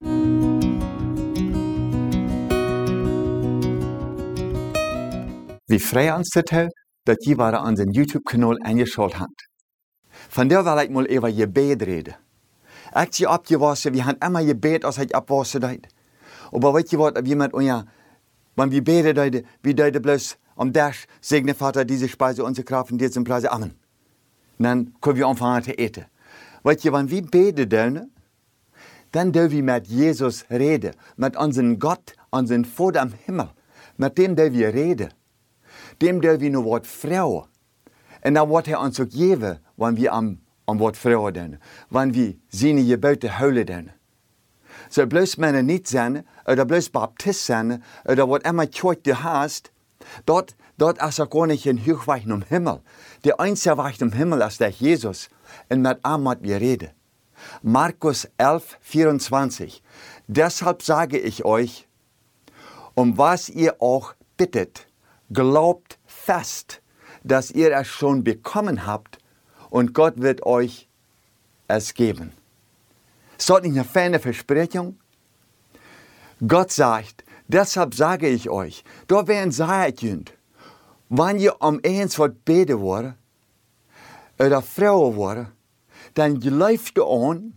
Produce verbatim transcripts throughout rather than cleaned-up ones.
Vi freer ons til, dat je waren aan zijn YouTube-kanaal eingeschaltet habt. Van der wil ik mal over gebed reden. Ik zie opgewassen, we hebben immer gebed als ik opwassen deed. Aber weet je wat, wie met ons, wenn wir beten deiden, wir deiden bloß am Dash, segne Vater diese Speise, unsere Kraft und diesen Preise, Amen. Dann können wir anfangen zu eten. Weet je, wenn wir beten deiden, dann dürfen wir mit Jesus reden, mit unserem Gott, unserem Vater im Himmel, mit dem dürfen wir reden. Dem dürfen wir nur Wort fragen. Und dann wird er uns auch geben, wenn wir am, am Wort fragen, wenn wir seine Gebote halten. So bloß Männer nicht sein, oder bloß Baptist sein, oder was immer Kirche du hast, dort, dort ist er gar nicht ein Höchweichen im Himmel. Der einzige Weg im Himmel ist der Jesus. Und mit ihm hat wir reden. Markus elf, vierundzwanzig. Deshalb sage ich euch, um was ihr auch bittet, glaubt fest, dass ihr es schon bekommen habt und Gott wird euch es geben. Ist das nicht eine feine Versprechung? Gott sagt, deshalb sage ich euch, da werden sagen könnt, wenn ihr um eins was beten wollt, oder fragen wollt, dann glaubt ihr an,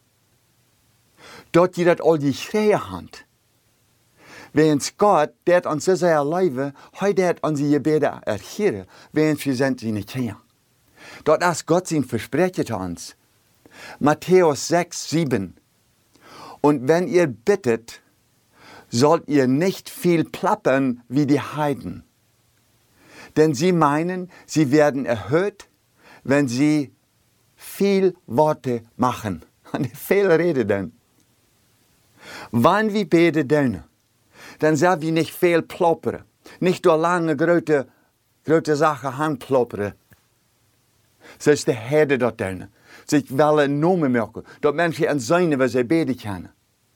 dass ihr das all geschrien habt. Wenn Gott, der uns so sehr leben, heute hat unsere Gebete erhören, wenn wir sind sie nicht hier. Dort ist Gott sein Versprechen zu uns. Matthäus sechs, sieben. Und wenn ihr bittet, sollt ihr nicht viel plappern wie die Heiden. Denn sie meinen, sie werden erhöht, wenn sie viel Worte machen. Eine Fehlrede denn. Wenn wir beten, denn, dann sollen wir nicht viel plappern. Nicht durch lange, große, große Sachen handplappern. So ist der Herde dort denn. Sich willen noemen merken. Dat mensen en zijn waar zij beden kunnen.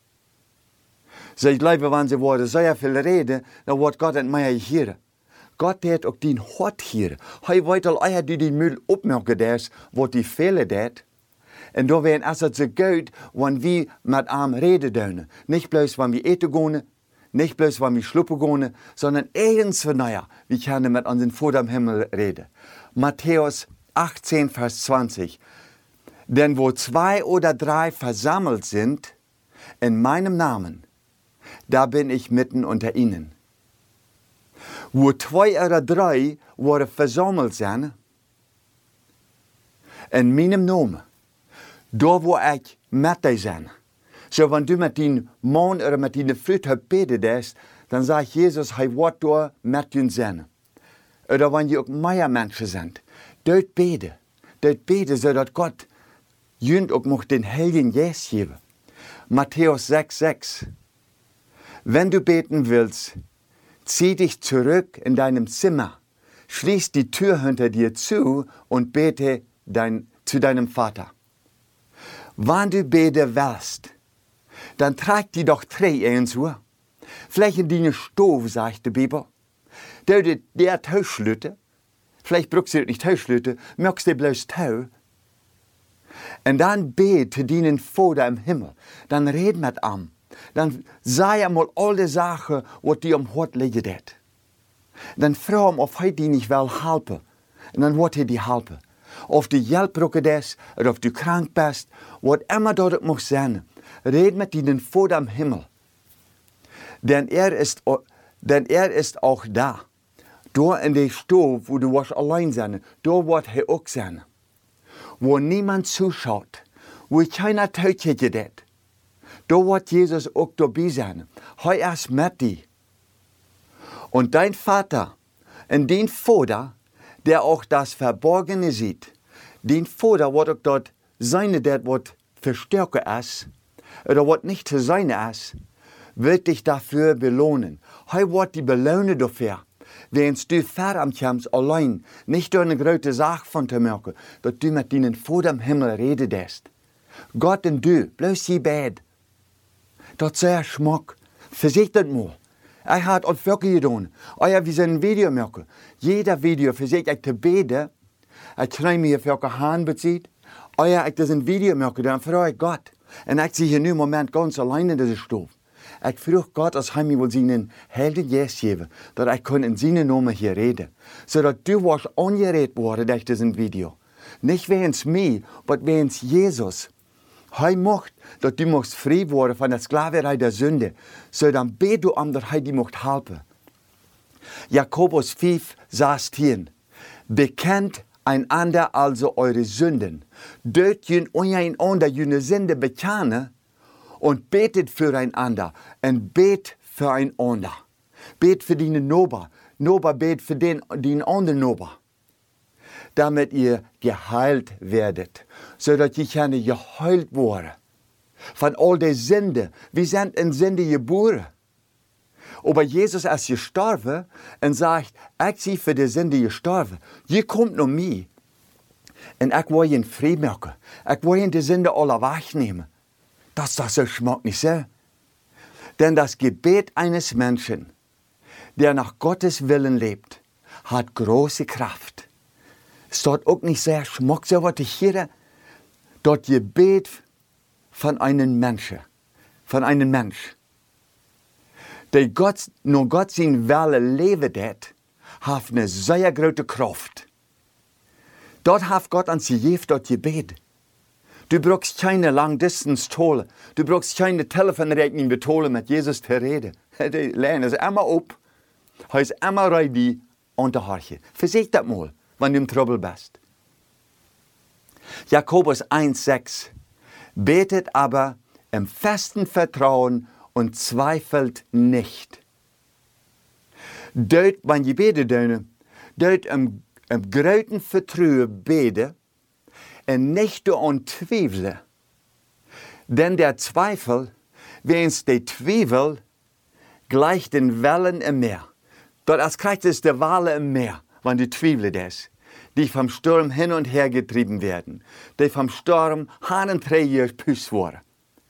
Zij leven, wenn sie worden sehr viel reden, dann wordt Gott en mij hier. Gott hat auch den Hort hier. Hij weet al, hij die die Müll opmerken des, wat die Fehler deed. En da werden es so gut, wenn wir mit ihm reden dürfen. Nicht bloß, wenn wir eten gehen, nicht bloß, wenn wir schluppen gehen, sondern eins von naja, wir können mit unserem Vater im Himmel reden. Matthäus achtzehn, Vers zwanzig. Denn wo zwei oder drei versammelt sind, in meinem Namen, da bin ich mitten unter ihnen. Wo zwei oder drei worden versammelt sind, in meinem Namen, da wo ich mit dir bin. So, wenn du mit deinem Mann oder mit deiner Frau betest, dann sagt Jesus, er wird da mit dir sein. Oder wenn ihr auch mehr Menschen sind, dort beten, dort beten, so dass Gott Jünd auch noch den Heiligen Geist geben. Matthäus sechs, sechs. Wenn du beten willst, zieh dich zurück in deinem Zimmer, schließ die Tür hinter dir zu und bete dein, zu deinem Vater. Wenn du beten willst, dann trag die doch drei eins Uhr. Vielleicht in deine Stove, sagt die Bibel. Der, der, der Tauschlütte, vielleicht brauchst du nicht Tauschlütte, möchtest du bloß Tau. Und dann bete deinen Vater im Himmel. Dann red mit ihm. Dann sei einmal alle Sachen, was dir am Hort liegen. Dann frag ihm, ob er dir nicht will helfen. Und dann wird er dir helfen. Ob du Geld brauchst oder ob du krank bist, was immer dort muss sein. Red mit deinem Vater im Himmel. Denn er ist, denn er ist auch da. Da in der Stube, wo du warst allein sein, da wird er auch sein. Wo niemand zuschaut, wo keiner Teuche geht. Da wird Jesus auch dabei sein. Er ist mit dir. Und dein Vater und dein Vater, der auch das Verborgene sieht, dein Vater wird auch dort seine, der wird verstärken ist, oder wird nicht zu sein ist, wird dich dafür belohnen. Er wird die belohnen dafür. Wenn du vorankommst, allein, nicht durch eine große Sache von zu merken, dass du mit deinen Vater im Himmel redest. Gott und du, bloß sie beide. Das ist sehr schmack. Versicht das mal. Ich habe es wirklich getan. Euer, wir sind ein Video merken. Jeder Video versicht ich zu beten. Ich kann mir für keine Hand bezieht. Euer, ich das ein Video merken, dann frage ich Gott. En ik zie hier nu een moment ganz allein in deze stoel. Ik vroeg God als hij mij wil zijn helden jes geven, dat ik kon in zijn naam hier reden. Zodat du was ongereed worden durch deze video. Niet weens mij, maar weens Jezus. Hij mocht dat du mocht vrij worden van de sklaverij der Sünde. Zodat bid du om dat hij die mocht helpen. Jakobus vijf, zestien. Bekent einander also eure Sünden. Dort jün untereinander jüne Sünde bekennen und betet füreinander und bet füreinander. Bet für deine Nober. Nober bet für den, den anderen Nober. Damit ihr geheilt werdet. Sodass ihr gerne geheilt worden. Von all der Sünde. Wir sind in Sünde geboren. Aber Jesus ist gestorben und sagt, ich bin für die Sünde gestorben. Je kommt noch mir. Und ich will ihn frei machen. Ich will ihn die Sünde alle wegnehmen. Das ist so schmeckt nicht so. Denn das Gebet eines Menschen, der nach Gottes Willen lebt, hat große Kraft. Es dort auch nicht sehr schmeckt so, was ich höre. Dort Gebet von einem Menschen. Von einem Mensch. Der Gott, nur Gott sein Wille lebt hat, hat eine sehr große Kraft. Dort hat Gott uns gegeben, dort Gebet. Du brauchst keine Langdistanz-Tolle. Du brauchst keine Telefonrechnung betollen, mit Jesus zu reden. Die lernen es immer ab. Er ist immer ready unterhalten. Versuch das mal, wenn du im Trouble bist. Jakobus eins, sechs. Betet aber im festen Vertrauen und zweifelt nicht. Dort, wenn je beten doen, dort im, im großen Vertrauen beten und nicht an Zweifel. Denn der Zweifel, wenn's der Zweifel, gleicht den Wellen im Meer. Dort als kriegt es der Wale im Meer, wenn die Zweifel das, die vom Sturm hin und her getrieben werden, die vom Sturm hin und her gepusht worden.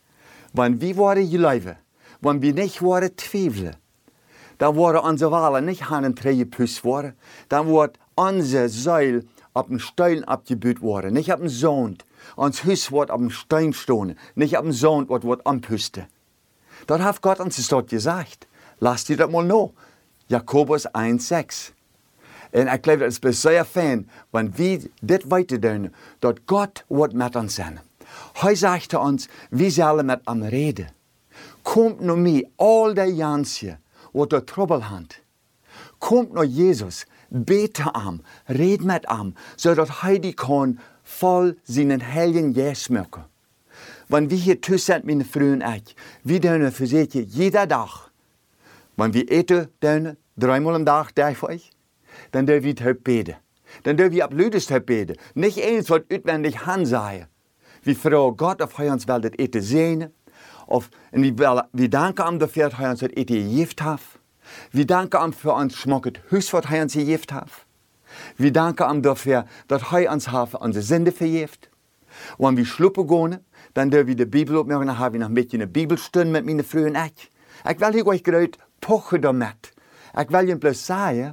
Wenn wir waren gelaufen, wenn wir nicht waren Zweifel, dann waren unsere Wale nicht hin und her gepusht worden, dann wird unser Seil auf dem Stein abgebaut worden, nicht auf dem Sand. Uns Haus wird auf dem Stein stehen, nicht auf dem Sand, was wird anpusten. Dort hat Gott uns das dort gesagt. Lasst ihr das mal noch. Jakobus eins, sechs. Und ich glaube, das ist sehr fein, wenn wir das weiter tun, dass Gott wird mit uns sein. Er sagt zu uns, wir sollen mit ihm reden. Kommt nur mir, all die Janschen, die da Trouble haben. Kommt nur Jesus, bete ihm, red mit ihm, sodass er die kann voll seinen Heiligen Geist machen. Wenn wir hier tussen sind, meine Freunde und ich, wir tun für sich jeden Tag. Wenn wir eten, tun, dreimal am Tag, darf ich, dann dürfen wir halt beten. Dann dürfen wir ab Lüdes halt beten. Nicht eins, was auswendig ansehen. Wir fragen Gott, ob er uns will das Eten sehen. Of, en wir danken ihm dafür, dass er uns das Eten gegeben hat. Wir danken ihm für uns schmeckt Haus, was er uns gegeben hat. Wir danken ihm dafür, dass er uns unsere Sünde vergibt. Und wenn wir schluppen gehen, dann dürfen wir die Bibel aufmachen, dann haben wir noch ein bisschen eine Bibelstunde mit meinen Freunden. Ich, ich will euch gerade pochen damit. Ich will ihnen bloß sagen,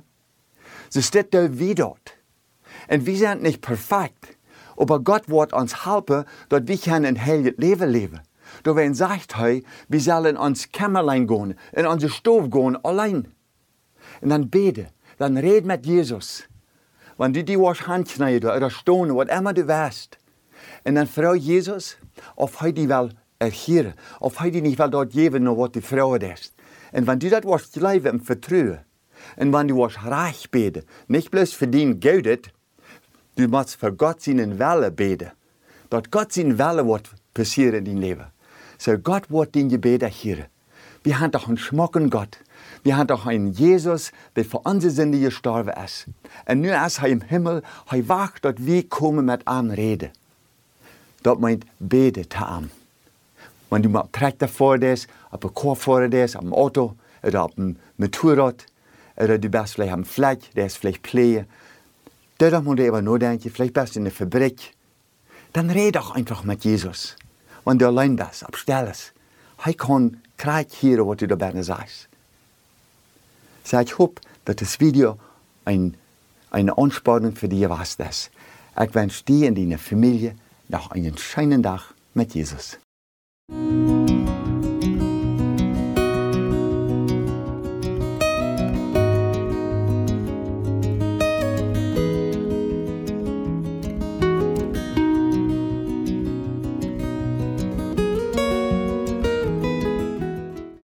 so steht da wie dort. Und wir sind nicht perfekt, aber Gott wird uns helfen, dass wir ein heiliges Leben leben. Da wenn sagt er, wir sollen ins Kämmerlein gehen, in unsere Stube gehen, allein. Und dann beten, dann red mit Jesus. Wenn du die was handschneiden oder stonen, was immer du weißt. Und dann frag Jesus, ob er die will erhören, ob er die nicht will dort geben, noch was die Frau ist. Und wenn du das was glauben im Vertrauen, und wenn du was reich beten, nicht bloß für den Geld, du musst für Gott seinen Wille beten. Dass Gott seinen Wille wird passieren in dein Leben. So Gott wird den Gebet erhören. Wir haben doch einen schmucken Gott. Wir haben doch einen Jesus, der für unsere Sünde gestorben ist. Und nun ist er im Himmel, er wacht, dass wir kommen mit ihm reden. Das meint, bete zu ihm. Wenn du mal Traktor vor dir bist, auf einem Korb vor dir bist, auf einem Auto oder auf einem Motorrad, oder du bist vielleicht am Fleck, der ist vielleicht Pflege, da muss du aber nur denken, vielleicht bist du in der Fabrik. Dann red doch einfach mit Jesus. Wenn du allein bist, abstell es. Er kann gleich hören, was du dabei sagst. So, ich hoffe, dass das Video ein, eine Anspornung für dich war. Ich wünsche dir und deiner Familie noch einen schönen Tag mit Jesus. Musik